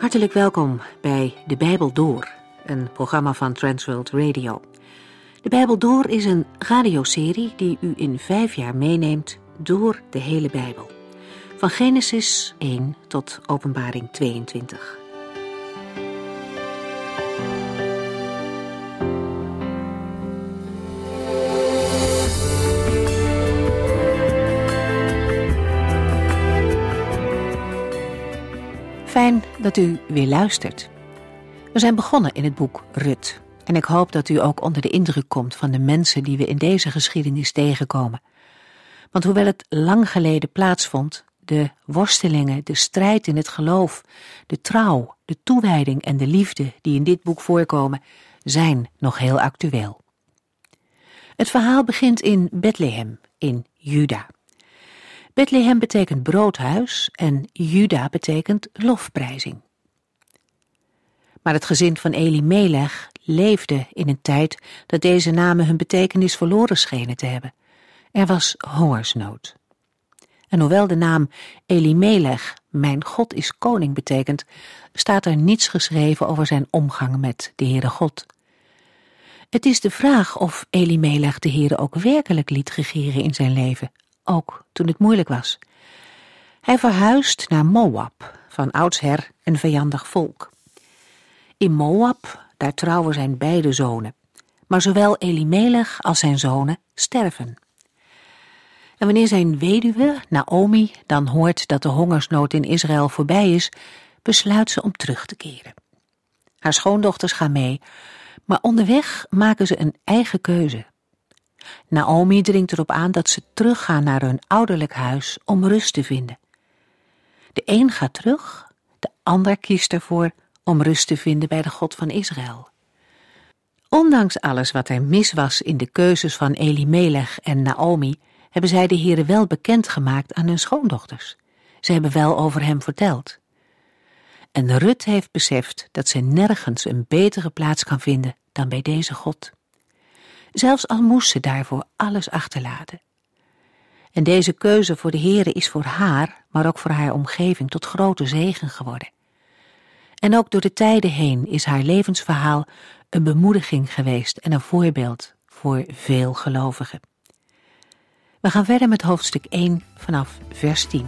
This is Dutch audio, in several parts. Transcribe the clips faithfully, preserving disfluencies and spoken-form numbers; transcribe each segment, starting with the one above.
Hartelijk welkom bij De Bijbel Door, een programma van Transworld Radio. De Bijbel Door is een radioserie die u in vijf jaar meeneemt door de hele Bijbel. Van Genesis één tot Openbaring tweeëntwintig. Fijn dat u weer luistert. We zijn begonnen in het boek Rut. En ik hoop dat u ook onder de indruk komt van de mensen die we in deze geschiedenis tegenkomen. Want hoewel het lang geleden plaatsvond, de worstelingen, de strijd in het geloof, de trouw, de toewijding en de liefde die in dit boek voorkomen, zijn nog heel actueel. Het verhaal begint in Bethlehem, in Juda. Bethlehem betekent broodhuis en Juda betekent lofprijzing. Maar het gezin van Elimelech leefde in een tijd dat deze namen hun betekenis verloren schenen te hebben. Er was hongersnood. En hoewel de naam Elimelech, mijn God is koning, betekent, staat er niets geschreven over zijn omgang met de Heere God. Het is de vraag of Elimelech de Heere ook werkelijk liet regeren in zijn leven, ook toen het moeilijk was. Hij verhuist naar Moab, van oudsher een vijandig volk. In Moab, daar trouwen zijn beide zonen, maar zowel Elimelech als zijn zonen sterven. En wanneer zijn weduwe, Naomi, dan hoort dat de hongersnood in Israël voorbij is, besluit ze om terug te keren. Haar schoondochters gaan mee, maar onderweg maken ze een eigen keuze. Naomi dringt erop aan dat ze teruggaan naar hun ouderlijk huis om rust te vinden. De een gaat terug, de ander kiest ervoor om rust te vinden bij de God van Israël. Ondanks alles wat er mis was in de keuzes van Elimelech en Naomi, hebben zij de Heere wel bekendgemaakt aan hun schoondochters. Ze hebben wel over hem verteld. En Rut heeft beseft dat ze nergens een betere plaats kan vinden dan bij deze God. Zelfs al moest ze daarvoor alles achterlaten. En deze keuze voor de Heere is voor haar, maar ook voor haar omgeving, tot grote zegen geworden. En ook door de tijden heen is haar levensverhaal een bemoediging geweest en een voorbeeld voor veel gelovigen. We gaan verder met hoofdstuk één vanaf vers tien.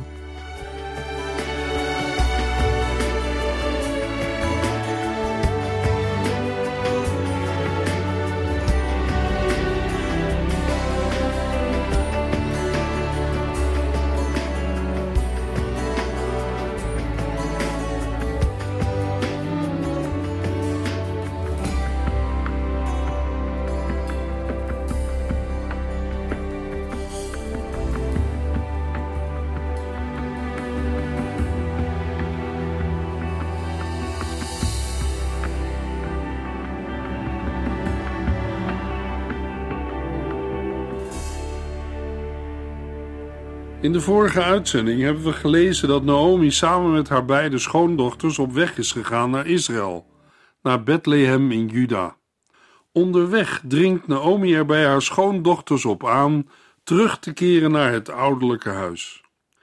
In de vorige uitzending hebben we gelezen dat Naomi samen met haar beide schoondochters op weg is gegaan naar Israël, naar Bethlehem in Juda. Onderweg dringt Naomi er bij haar schoondochters op aan terug te keren naar het ouderlijke huis.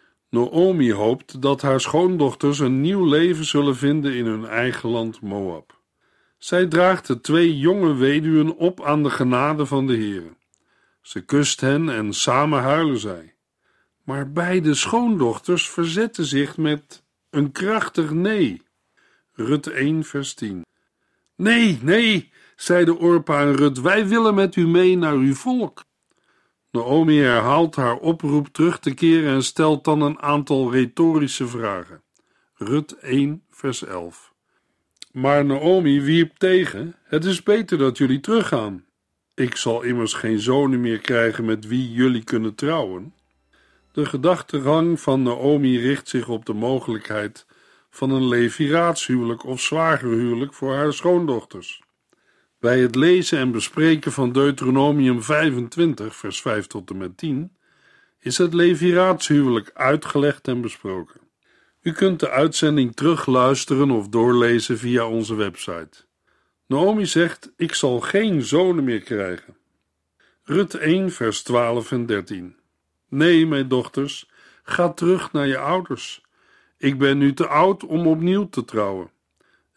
Naomi hoopt dat haar schoondochters een nieuw leven zullen vinden in hun eigen land Moab. Zij draagt de twee jonge weduwen op aan de genade van de Heere. Ze kust hen en samen huilen zij. Maar beide schoondochters verzetten zich met een krachtig nee. Rut één vers tien. Nee, nee, zeiden Orpa en Rut, wij willen met u mee naar uw volk. Naomi herhaalt haar oproep terug te keren en stelt dan een aantal retorische vragen. Rut één vers elf. Maar Naomi wierp tegen, het is beter dat jullie teruggaan. Ik zal immers geen zonen meer krijgen met wie jullie kunnen trouwen. De gedachtegang van Naomi richt zich op de mogelijkheid van een leviraatshuwelijk of zwagerhuwelijk voor haar schoondochters. Bij het lezen en bespreken van Deuteronomium vijfentwintig, vers vijf tot en met tien, is het leviraatshuwelijk uitgelegd en besproken. U kunt de uitzending terugluisteren of doorlezen via onze website. Naomi zegt, ik zal geen zonen meer krijgen. Rut één, vers twaalf en dertien. Nee, mijn dochters, ga terug naar je ouders. Ik ben nu te oud om opnieuw te trouwen.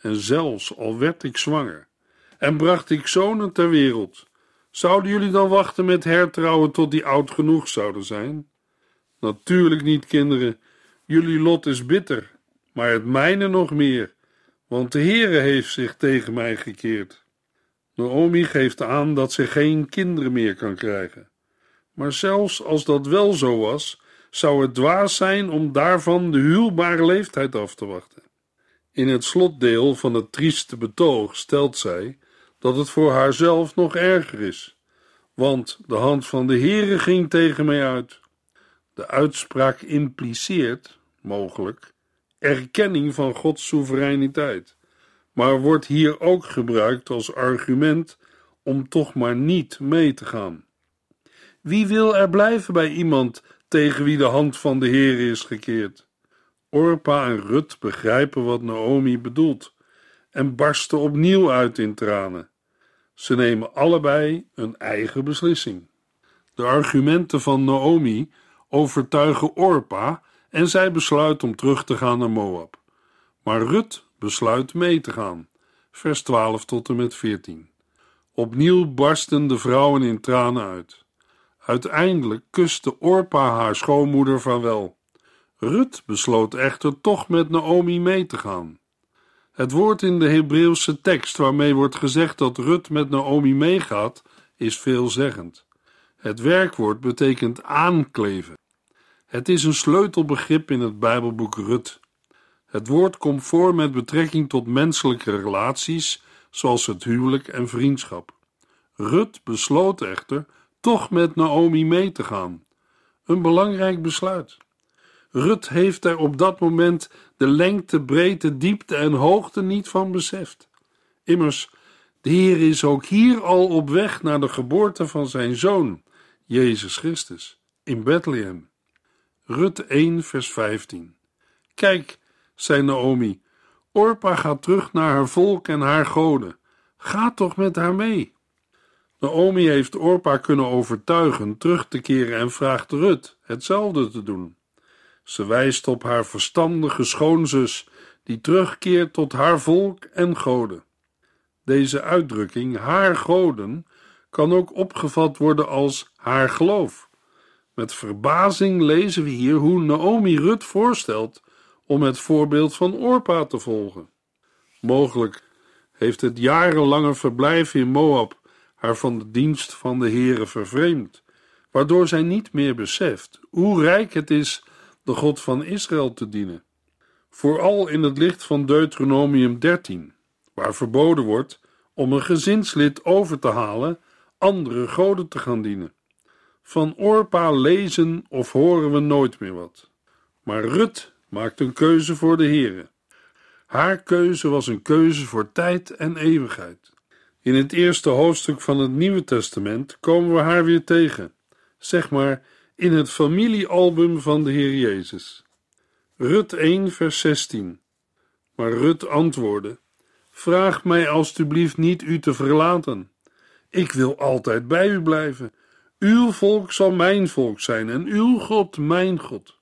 En zelfs al werd ik zwanger en bracht ik zonen ter wereld, zouden jullie dan wachten met hertrouwen tot die oud genoeg zouden zijn? Natuurlijk niet, kinderen. Jullie lot is bitter, maar het mijne nog meer, want de Heere heeft zich tegen mij gekeerd. Naomi geeft aan dat ze geen kinderen meer kan krijgen. Maar zelfs als dat wel zo was, zou het dwaas zijn om daarvan de huwbare leeftijd af te wachten. In het slotdeel van het trieste betoog stelt zij dat het voor haarzelf nog erger is, want de hand van de Heere ging tegen mij uit. De uitspraak impliceert, mogelijk, erkenning van Gods soevereiniteit, maar wordt hier ook gebruikt als argument om toch maar niet mee te gaan. Wie wil er blijven bij iemand tegen wie de hand van de Heere is gekeerd? Orpa en Rut begrijpen wat Naomi bedoelt en barsten opnieuw uit in tranen. Ze nemen allebei een eigen beslissing. De argumenten van Naomi overtuigen Orpa en zij besluit om terug te gaan naar Moab. Maar Rut besluit mee te gaan. Vers twaalf tot en met veertien. Opnieuw barsten de vrouwen in tranen uit. Uiteindelijk kuste Orpa haar schoonmoeder vaarwel. Rut besloot echter toch met Naomi mee te gaan. Het woord in de Hebreeuwse tekst waarmee wordt gezegd dat Rut met Naomi meegaat, is veelzeggend. Het werkwoord betekent aankleven. Het is een sleutelbegrip in het Bijbelboek Rut. Het woord komt voor met betrekking tot menselijke relaties, zoals het huwelijk en vriendschap. Rut besloot echter toch met Naomi mee te gaan. Een belangrijk besluit. Rut heeft er op dat moment de lengte, breedte, diepte en hoogte niet van beseft. Immers, de Heer is ook hier al op weg naar de geboorte van zijn zoon, Jezus Christus, in Bethlehem. Rut één, vers vijftien. Kijk, zei Naomi, Orpa gaat terug naar haar volk en haar goden. Ga toch met haar mee. Naomi heeft Orpa kunnen overtuigen terug te keren en vraagt Rut hetzelfde te doen. Ze wijst op haar verstandige schoonzus die terugkeert tot haar volk en goden. Deze uitdrukking, haar goden, kan ook opgevat worden als haar geloof. Met verbazing lezen we hier hoe Naomi Rut voorstelt om het voorbeeld van Orpa te volgen. Mogelijk heeft het jarenlange verblijf in Moab haar van de dienst van de Heere vervreemd, waardoor zij niet meer beseft hoe rijk het is de God van Israël te dienen. Vooral in het licht van Deuteronomium dertien, waar verboden wordt om een gezinslid over te halen andere goden te gaan dienen. Van Orpa lezen of horen we nooit meer wat. Maar Rut maakt een keuze voor de Heere. Haar keuze was een keuze voor tijd en eeuwigheid. In het eerste hoofdstuk van het Nieuwe Testament komen we haar weer tegen, zeg maar in het familiealbum van de Heer Jezus. Rut één, vers zestien. Maar Rut antwoordde: vraag mij alstublieft niet u te verlaten. Ik wil altijd bij u blijven. Uw volk zal mijn volk zijn en uw God mijn God.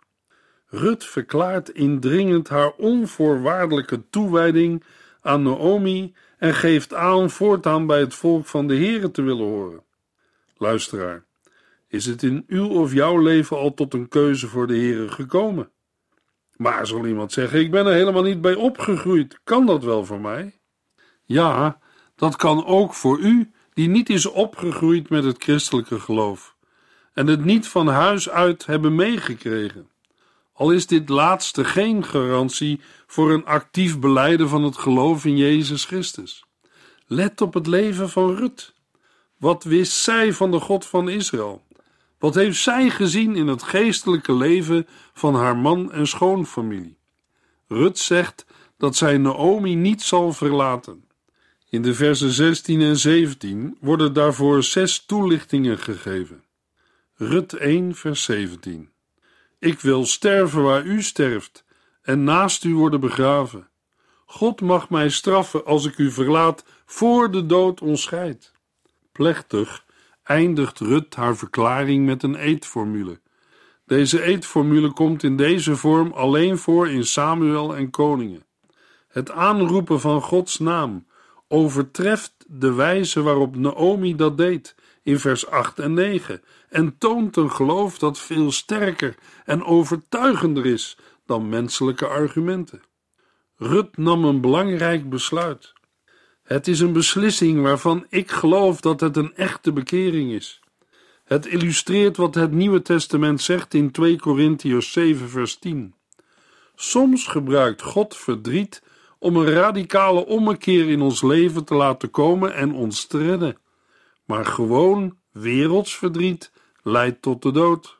Rut verklaart indringend haar onvoorwaardelijke toewijding aan Naomi en geeft aan voortaan bij het volk van de Heere te willen horen. Luisteraar, is het in uw of jouw leven al tot een keuze voor de Heere gekomen? Maar zal iemand zeggen, ik ben er helemaal niet bij opgegroeid, kan dat wel voor mij? Ja, dat kan ook voor u, die niet is opgegroeid met het christelijke geloof en het niet van huis uit hebben meegekregen. Al is dit laatste geen garantie voor een actief belijden van het geloof in Jezus Christus. Let op het leven van Rut. Wat wist zij van de God van Israël? Wat heeft zij gezien in het geestelijke leven van haar man en schoonfamilie? Rut zegt dat zij Naomi niet zal verlaten. In de versen zestien en zeventien worden daarvoor zes toelichtingen gegeven. Rut één, vers zeventien. Ik wil sterven waar u sterft en naast u worden begraven. God mag mij straffen als ik u verlaat voor de dood ons scheidt. Plechtig eindigt Rut haar verklaring met een eedformule. Deze eedformule komt in deze vorm alleen voor in Samuel en Koningen. Het aanroepen van Gods naam overtreft de wijze waarop Naomi dat deed in vers acht en negen en toont een geloof dat veel sterker en overtuigender is dan menselijke argumenten. Rut nam een belangrijk besluit. Het is een beslissing waarvan ik geloof dat het een echte bekering is. Het illustreert wat het Nieuwe Testament zegt in twee Korintiërs zeven vers tien. Soms gebruikt God verdriet om een radicale ommekeer in ons leven te laten komen en ons te redden. Maar gewoon werelds verdriet leidt tot de dood.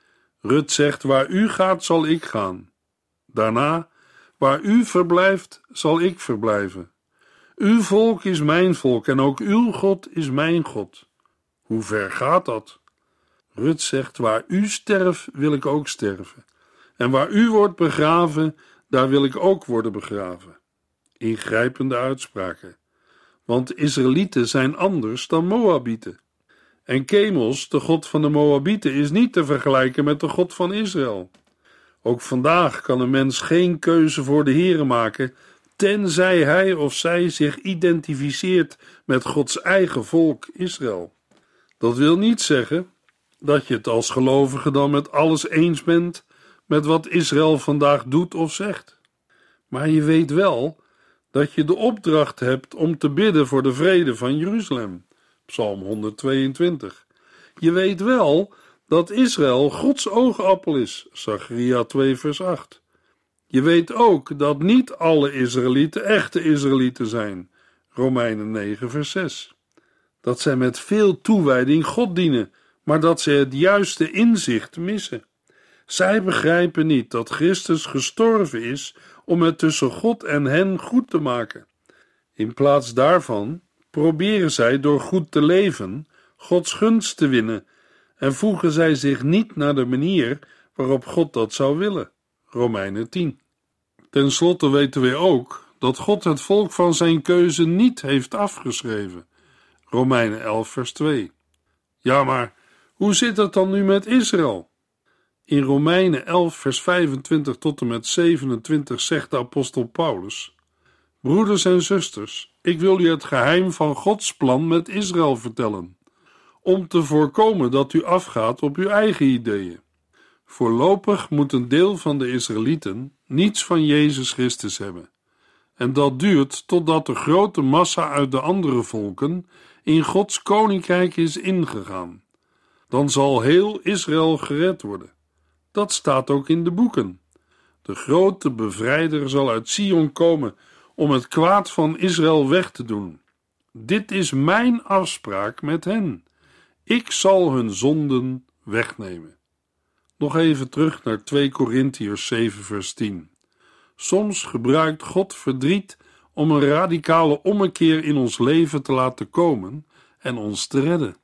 Rut zegt, waar u gaat, zal ik gaan. Daarna, waar u verblijft, zal ik verblijven. Uw volk is mijn volk en ook uw God is mijn God. Hoe ver gaat dat? Rut zegt, waar u sterft, wil ik ook sterven. En waar u wordt begraven, daar wil ik ook worden begraven. Ingrijpende uitspraken. Want Israëlieten zijn anders dan Moabieten. En Chemos, de god van de Moabieten, is niet te vergelijken met de God van Israël. Ook vandaag kan een mens geen keuze voor de Here maken, tenzij hij of zij zich identificeert met Gods eigen volk Israël. Dat wil niet zeggen dat je het als gelovige dan met alles eens bent met wat Israël vandaag doet of zegt. Maar je weet wel dat je de opdracht hebt om te bidden voor de vrede van Jeruzalem. Psalm honderdtweeëntwintig. Je weet wel dat Israël Gods oogappel is. Zacharia twee vers acht. Je weet ook dat niet alle Israëlieten echte Israëlieten zijn. Romeinen negen vers zes. Dat zij met veel toewijding God dienen, maar dat ze het juiste inzicht missen. Zij begrijpen niet dat Christus gestorven is om het tussen God en hen goed te maken. In plaats daarvan proberen zij door goed te leven Gods gunst te winnen en voegen zij zich niet naar de manier waarop God dat zou willen. Romeinen tien. Ten slotte weten we ook dat God het volk van zijn keuze niet heeft afgeschreven. Romeinen elf vers twee. Ja, maar hoe zit het dan nu met Israël? In Romeinen elf vers vijfentwintig tot en met zevenentwintig zegt de apostel Paulus: Broeders en zusters, ik wil u het geheim van Gods plan met Israël vertellen, om te voorkomen dat u afgaat op uw eigen ideeën. Voorlopig moet een deel van de Israëlieten niets van Jezus Christus hebben. En dat duurt totdat de grote massa uit de andere volken in Gods koninkrijk is ingegaan. Dan zal heel Israël gered worden. Dat staat ook in de boeken. De grote bevrijder zal uit Sion komen om het kwaad van Israël weg te doen. Dit is mijn afspraak met hen. Ik zal hun zonden wegnemen. Nog even terug naar twee Korintiërs zeven vers tien. Soms gebruikt God verdriet om een radicale ommekeer in ons leven te laten komen en ons te redden.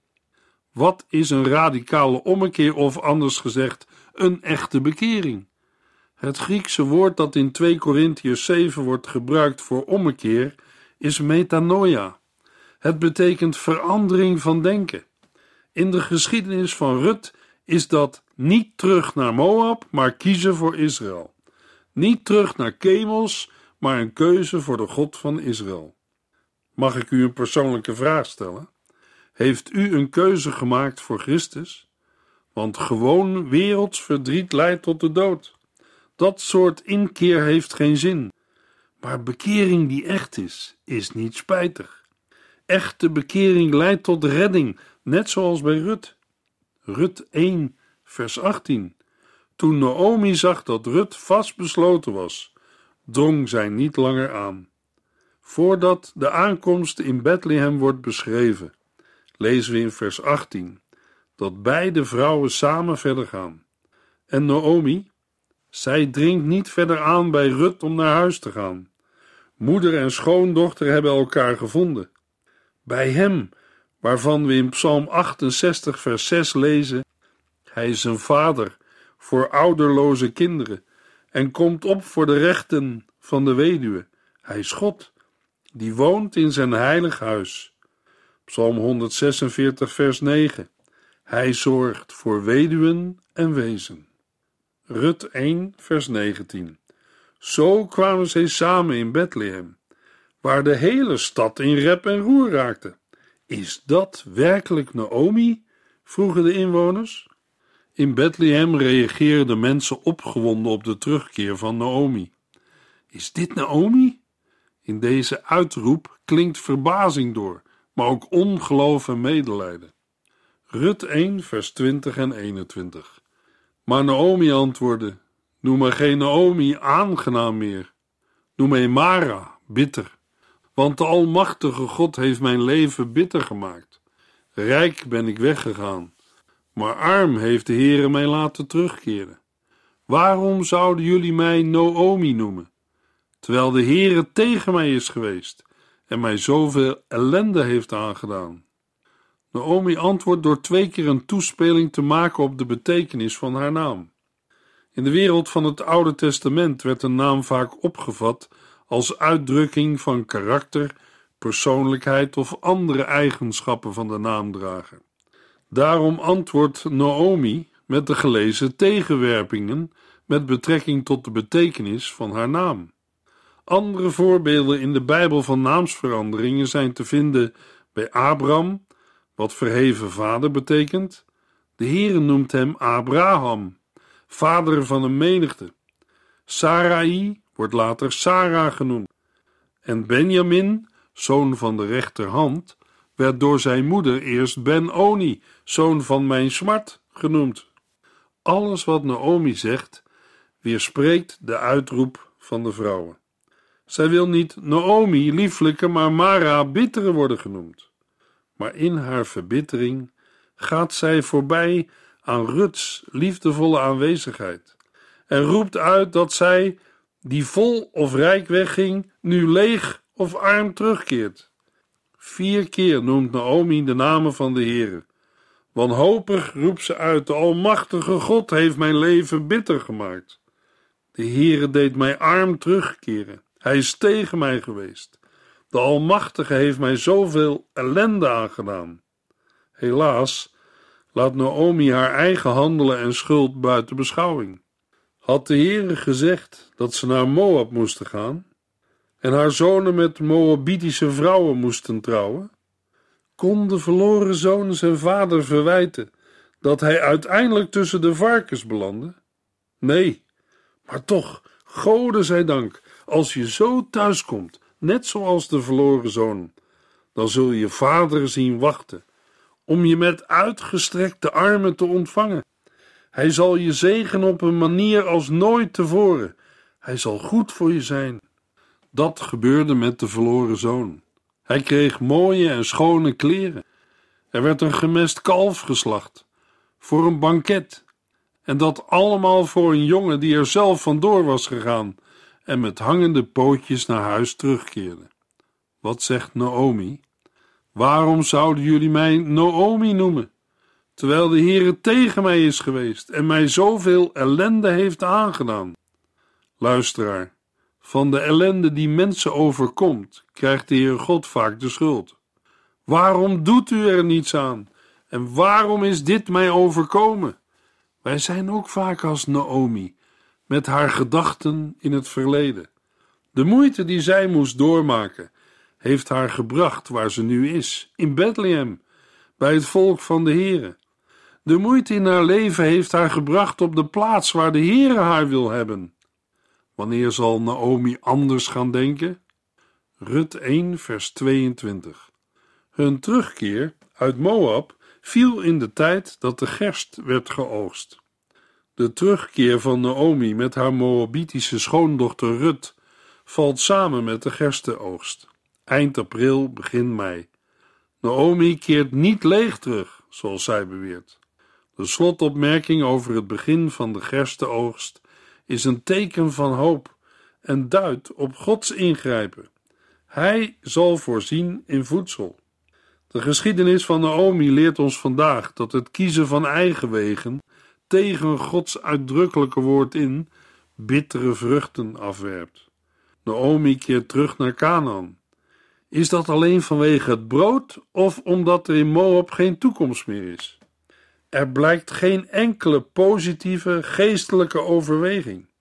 Wat is een radicale ommekeer, of anders gezegd, een echte bekering? Het Griekse woord dat in twee Korintiërs zeven wordt gebruikt voor ommekeer is metanoia. Het betekent verandering van denken. In de geschiedenis van Rut is dat niet terug naar Moab, maar kiezen voor Israël. Niet terug naar Chemos, maar een keuze voor de God van Israël. Mag ik u een persoonlijke vraag stellen? Heeft u een keuze gemaakt voor Christus? Want gewoon werelds verdriet leidt tot de dood. Dat soort inkeer heeft geen zin. Maar bekering die echt is, is niet spijtig. Echte bekering leidt tot redding, net zoals bij Rut. Rut één, vers achttien. Toen Naomi zag dat Rut vastbesloten was, drong zij niet langer aan. Voordat de aankomst in Bethlehem wordt beschreven, lezen we in vers achttien dat beide vrouwen samen verder gaan. En Naomi, zij dringt niet verder aan bij Rut om naar huis te gaan. Moeder en schoondochter hebben elkaar gevonden. Bij hem, waarvan we in Psalm achtenzestig vers zes lezen: Hij is een vader voor ouderloze kinderen en komt op voor de rechten van de weduwe. Hij is God, die woont in zijn heilig huis. Psalm honderdzesenveertig vers negen. Hij zorgt voor weduwen en wezen. Rut één vers negentien. Zo kwamen zij samen in Bethlehem, waar de hele stad in rep en roer raakte. Is dat werkelijk Naomi? Vroegen de inwoners. In Bethlehem reageerden de mensen opgewonden op de terugkeer van Naomi. Is dit Naomi? In deze uitroep klinkt verbazing door, maar ook ongeloof en medelijden. Rut één, vers twintig en eenentwintig. Maar Naomi antwoordde: noem me geen Naomi, aangenaam meer. Noem me Mara, bitter. Want de Almachtige God heeft mijn leven bitter gemaakt. Rijk ben ik weggegaan, maar arm heeft de Heere mij laten terugkeren. Waarom zouden jullie mij Naomi noemen, terwijl de Heere tegen mij is geweest en mij zoveel ellende heeft aangedaan? Naomi antwoordt door twee keer een toespeling te maken op de betekenis van haar naam. In de wereld van het Oude Testament werd een naam vaak opgevat als uitdrukking van karakter, persoonlijkheid of andere eigenschappen van de naamdrager. Daarom antwoordt Naomi met de gelezen tegenwerpingen met betrekking tot de betekenis van haar naam. Andere voorbeelden in de Bijbel van naamsveranderingen zijn te vinden bij Abram, wat verheven vader betekent. De Heere noemt hem Abraham, vader van een menigte. Sarai wordt later Sarah genoemd. En Benjamin, zoon van de rechterhand, werd door zijn moeder eerst Ben-Oni, zoon van mijn smart, genoemd. Alles wat Naomi zegt, weerspreekt de uitroep van de vrouwen. Zij wil niet Naomi, lieflijke, maar Mara, bittere worden genoemd. Maar in haar verbittering gaat zij voorbij aan Ruts liefdevolle aanwezigheid en roept uit dat zij, die vol of rijk wegging, nu leeg of arm terugkeert. Vier keer noemt Naomi de namen van de Heere. Wanhopig roept ze uit: de Almachtige God heeft mijn leven bitter gemaakt. De Heere deed mij arm terugkeren. Hij is tegen mij geweest. De Almachtige heeft mij zoveel ellende aangedaan. Helaas laat Naomi haar eigen handelen en schuld buiten beschouwing. Had de Heere gezegd dat ze naar Moab moesten gaan en haar zonen met Moabitische vrouwen moesten trouwen? Kon de verloren zoon zijn vader verwijten dat hij uiteindelijk tussen de varkens belandde? Nee, maar toch, Gode zij dank, als je zo thuiskomt, net zoals de verloren zoon, dan zul je vader zien wachten om je met uitgestrekte armen te ontvangen. Hij zal je zegenen op een manier als nooit tevoren. Hij zal goed voor je zijn. Dat gebeurde met de verloren zoon. Hij kreeg mooie en schone kleren. Er werd een gemest kalf geslacht voor een banket. En dat allemaal voor een jongen die er zelf vandoor was gegaan en met hangende pootjes naar huis terugkeerde. Wat zegt Naomi? Waarom zouden jullie mij Naomi noemen, terwijl de Heere tegen mij is geweest en mij zoveel ellende heeft aangedaan? Luisteraar, van de ellende die mensen overkomt, krijgt de Heere God vaak de schuld. Waarom doet u er niets aan? En waarom is dit mij overkomen? Wij zijn ook vaak als Naomi, met haar gedachten in het verleden. De moeite die zij moest doormaken, heeft haar gebracht waar ze nu is, in Bethlehem, bij het volk van de Heere. De moeite in haar leven heeft haar gebracht op de plaats waar de Heere haar wil hebben. Wanneer zal Naomi anders gaan denken? Rut één, vers tweeëntwintig. Hun terugkeer uit Moab viel in de tijd dat de gerst werd geoogst. De terugkeer van Naomi met haar Moabitische schoondochter Rut valt samen met de gerstenoogst. Eind april, begin mei. Naomi keert niet leeg terug, zoals zij beweert. De slotopmerking over het begin van de gerstenoogst is een teken van hoop en duidt op Gods ingrijpen. Hij zal voorzien in voedsel. De geschiedenis van Naomi leert ons vandaag dat het kiezen van eigen wegen tegen Gods uitdrukkelijke woord in bittere vruchten afwerpt. Naomi keert terug naar Kanaan. Is dat alleen vanwege het brood of omdat er in Moab geen toekomst meer is? Er blijkt geen enkele positieve geestelijke overweging.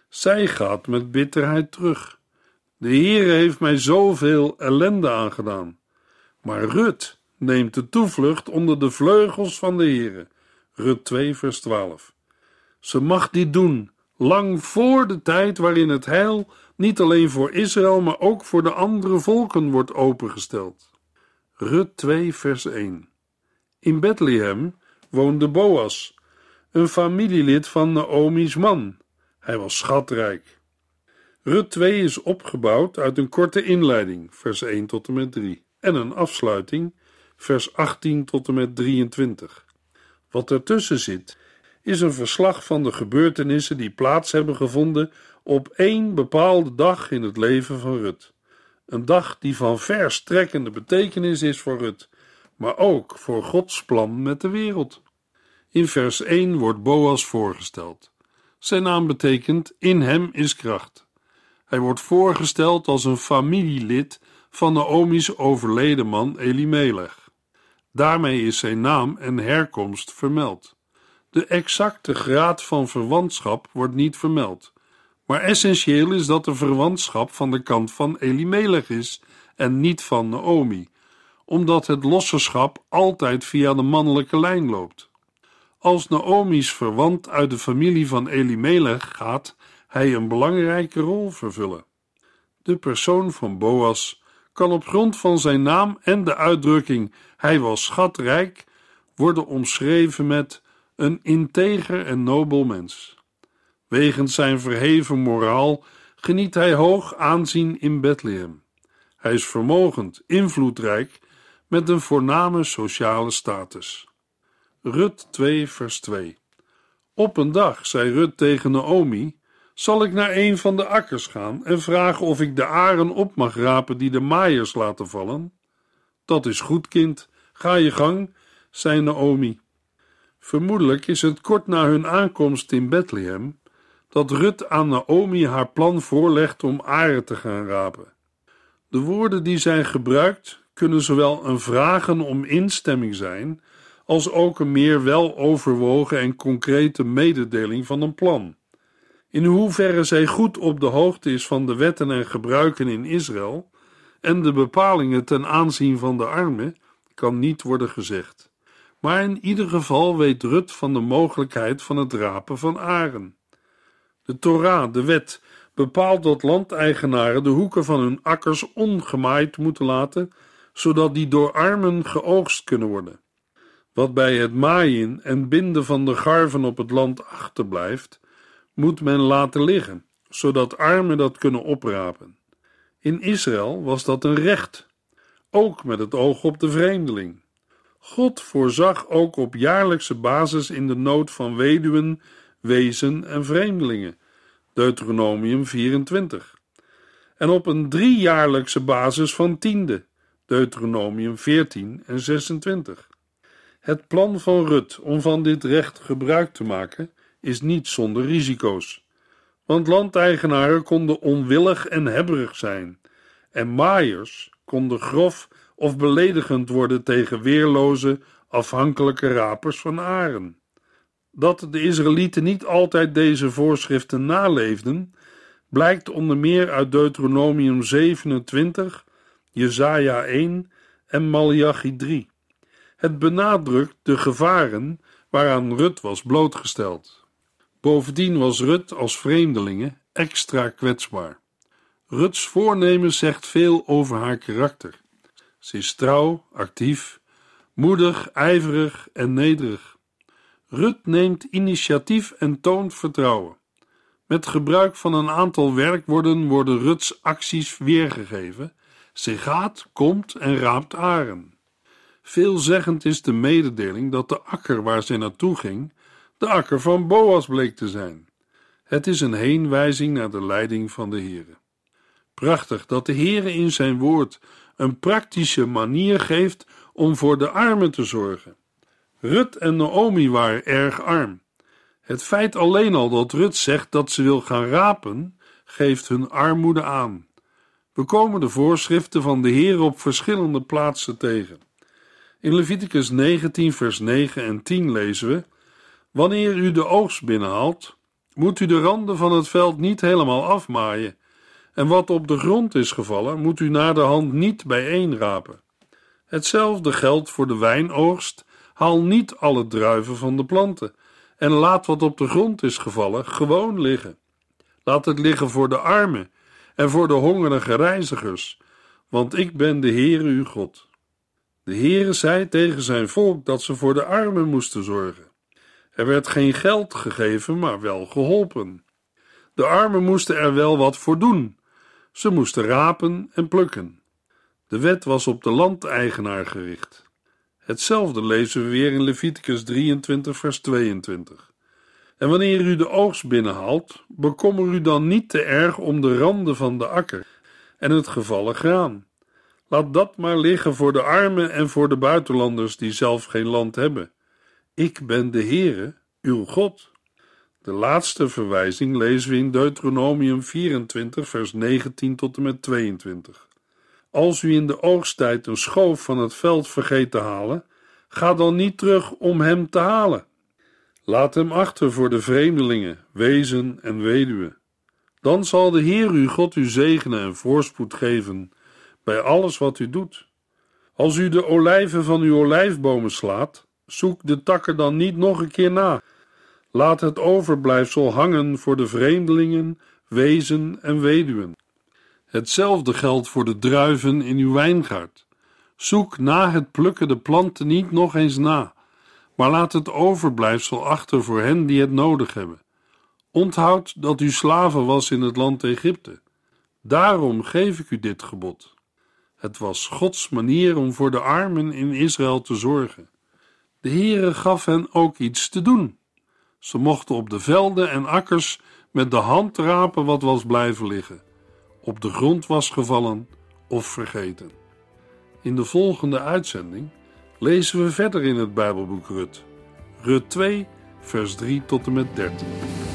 Zij gaat met bitterheid terug. De Heere heeft mij zoveel ellende aangedaan. Maar Rut neemt de toevlucht onder de vleugels van de Heere. Rut twee vers twaalf. Ze mag dit doen, lang voor de tijd waarin het heil niet alleen voor Israël, maar ook voor de andere volken wordt opengesteld. Rut twee vers één. In Bethlehem woonde Boas, een familielid van Naomi's man. Hij was schatrijk. Rut twee is opgebouwd uit een korte inleiding, vers één tot en met drie, en een afsluiting, vers achttien tot en met drieëntwintig. Wat ertussen zit, is een verslag van de gebeurtenissen die plaats hebben gevonden op één bepaalde dag in het leven van Rut. Een dag die van verstrekkende betekenis is voor Rut, maar ook voor Gods plan met de wereld. In vers één wordt Boas voorgesteld. Zijn naam betekent: in hem is kracht. Hij wordt voorgesteld als een familielid van Naomi's overleden man Elimelech. Daarmee is zijn naam en herkomst vermeld. De exacte graad van verwantschap wordt niet vermeld, maar essentieel is dat de verwantschap van de kant van Elimelech is en niet van Naomi, omdat het losserschap altijd via de mannelijke lijn loopt. Als Naomi's verwant uit de familie van Elimelech gaat hij een belangrijke rol vervullen. De persoon van Boas kan op grond van zijn naam en de uitdrukking hij was schatrijk worden omschreven met een integer en nobel mens. Wegens zijn verheven moraal geniet hij hoog aanzien in Bethlehem. Hij is vermogend, invloedrijk, met een voorname sociale status. Rut twee vers twee. Op een dag zei Rut tegen Naomi: zal ik naar een van de akkers gaan en vragen of ik de aren op mag rapen die de maaiers laten vallen? Dat is goed, kind, ga je gang, zei Naomi. Vermoedelijk is het kort na hun aankomst in Bethlehem dat Rut aan Naomi haar plan voorlegt om aren te gaan rapen. De woorden die zijn gebruikt kunnen zowel een vragen om instemming zijn, als ook een meer weloverwogen en concrete mededeling van een plan. In hoeverre zij goed op de hoogte is van de wetten en gebruiken in Israël en de bepalingen ten aanzien van de armen, kan niet worden gezegd. Maar in ieder geval weet Rut van de mogelijkheid van het rapen van aren. De Torah, de wet, bepaalt dat landeigenaren de hoeken van hun akkers ongemaaid moeten laten, zodat die door armen geoogst kunnen worden. Wat bij het maaien en binden van de garven op het land achterblijft, moet men laten liggen, zodat armen dat kunnen oprapen. In Israël was dat een recht, ook met het oog op de vreemdeling. God voorzag ook op jaarlijkse basis in de nood van weduwen, wezen en vreemdelingen, Deuteronomium vierentwintig. En op een driejaarlijkse basis van tiende, Deuteronomium veertien en zesentwintig. Het plan van Rut om van dit recht gebruik te maken is niet zonder risico's, want landeigenaren konden onwillig en hebberig zijn en maaiers konden grof of beledigend worden tegen weerloze, afhankelijke rapers van aren. Dat de Israëlieten niet altijd deze voorschriften naleefden, blijkt onder meer uit Deuteronomium zevenentwintig, Jesaja één en Maleachi drie. Het benadrukt de gevaren waaraan Rut was blootgesteld. Bovendien was Rut als vreemdelinge extra kwetsbaar. Ruts voornemen zegt veel over haar karakter. Ze is trouw, actief, moedig, ijverig en nederig. Rut neemt initiatief en toont vertrouwen. Met gebruik van een aantal werkwoorden worden Ruts acties weergegeven. Ze gaat, komt en raapt aren. Veelzeggend is de mededeling dat de akker waar zij naartoe ging, de akker van Boas bleek te zijn. Het is een heenwijzing naar de leiding van de Heere. Prachtig dat de Heere in zijn woord een praktische manier geeft om voor de armen te zorgen. Rut en Naomi waren erg arm. Het feit alleen al dat Rut zegt dat ze wil gaan rapen, geeft hun armoede aan. We komen de voorschriften van de Heere op verschillende plaatsen tegen. In Leviticus negentien vers negen en tien lezen we: wanneer u de oogst binnenhaalt, moet u de randen van het veld niet helemaal afmaaien, en wat op de grond is gevallen, moet u naderhand niet bijeenrapen. Hetzelfde geldt voor de wijnoogst. Haal niet alle druiven van de planten en laat wat op de grond is gevallen gewoon liggen. Laat het liggen voor de armen en voor de hongerige reizigers, want ik ben de Heere uw God. De Heere zei tegen zijn volk dat ze voor de armen moesten zorgen. Er werd geen geld gegeven, maar wel geholpen. De armen moesten er wel wat voor doen. Ze moesten rapen en plukken. De wet was op de landeigenaar gericht. Hetzelfde lezen we weer in Leviticus drieëntwintig vers tweeëntwintig. En wanneer u de oogst binnenhaalt, bekommer u dan niet te erg om de randen van de akker en het gevallen graan. Laat dat maar liggen voor de armen en voor de buitenlanders die zelf geen land hebben. Ik ben de Heere, uw God. De laatste verwijzing lezen we in Deuteronomium vierentwintig vers negentien tot en met tweeëntwintig. Als u in de oogsttijd een schoof van het veld vergeet te halen, ga dan niet terug om hem te halen. Laat hem achter voor de vreemdelingen, wezen en weduwen. Dan zal de Heer uw God u zegenen en voorspoed geven bij alles wat u doet. Als u de olijven van uw olijfbomen slaat, zoek de takken dan niet nog een keer na. Laat het overblijfsel hangen voor de vreemdelingen, wezen en weduwen. Hetzelfde geldt voor de druiven in uw wijngaard. Zoek na het plukken de planten niet nog eens na, maar laat het overblijfsel achter voor hen die het nodig hebben. Onthoud dat u slaven was in het land Egypte. Daarom geef ik u dit gebod. Het was Gods manier om voor de armen in Israël te zorgen. De Heere gaf hen ook iets te doen. Ze mochten op de velden en akkers met de hand rapen wat was blijven liggen, op de grond was gevallen of vergeten. In de volgende uitzending lezen we verder in het Bijbelboek Rut. Rut twee, vers drie tot en met dertien.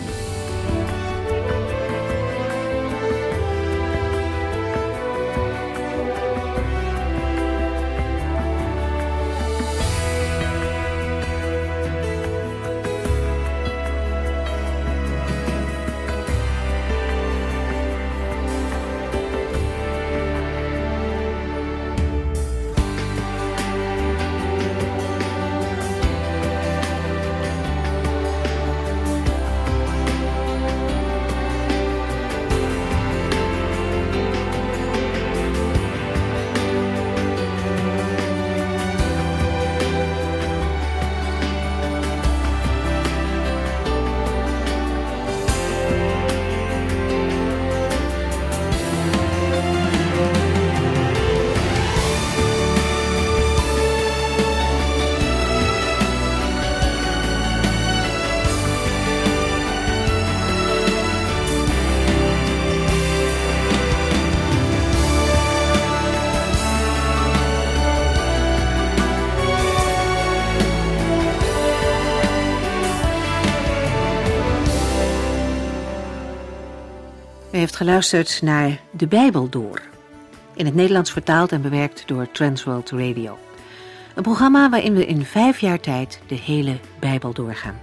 U heeft geluisterd naar De Bijbel Door, in het Nederlands vertaald en bewerkt door Transworld Radio. Een programma waarin we in vijf jaar tijd de hele Bijbel doorgaan.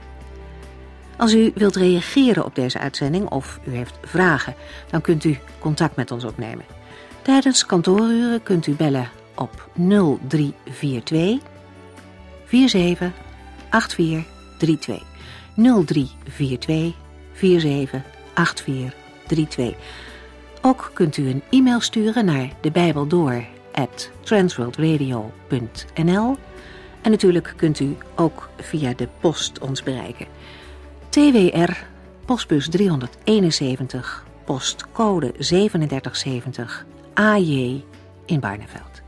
Als u wilt reageren op deze uitzending of u heeft vragen, dan kunt u contact met ons opnemen. Tijdens kantooruren kunt u bellen op nul drie vier twee, vier zeven acht vier drie twee. nul drie vier twee, vier zeven acht vier drie twee. Ook kunt u een e-mail sturen naar debijbeldoor at transworldradio punt n l. En natuurlijk kunt u ook via de post ons bereiken. T W R, postbus driehonderdeenenzeventig, postcode zevenendertig zeventig, A J in Barneveld.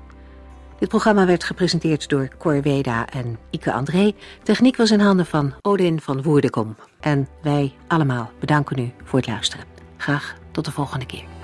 Dit programma werd gepresenteerd door Cor Weda en Ike André. Techniek was in handen van Odin van Woerdekom. En wij allemaal bedanken u voor het luisteren. Graag tot de volgende keer.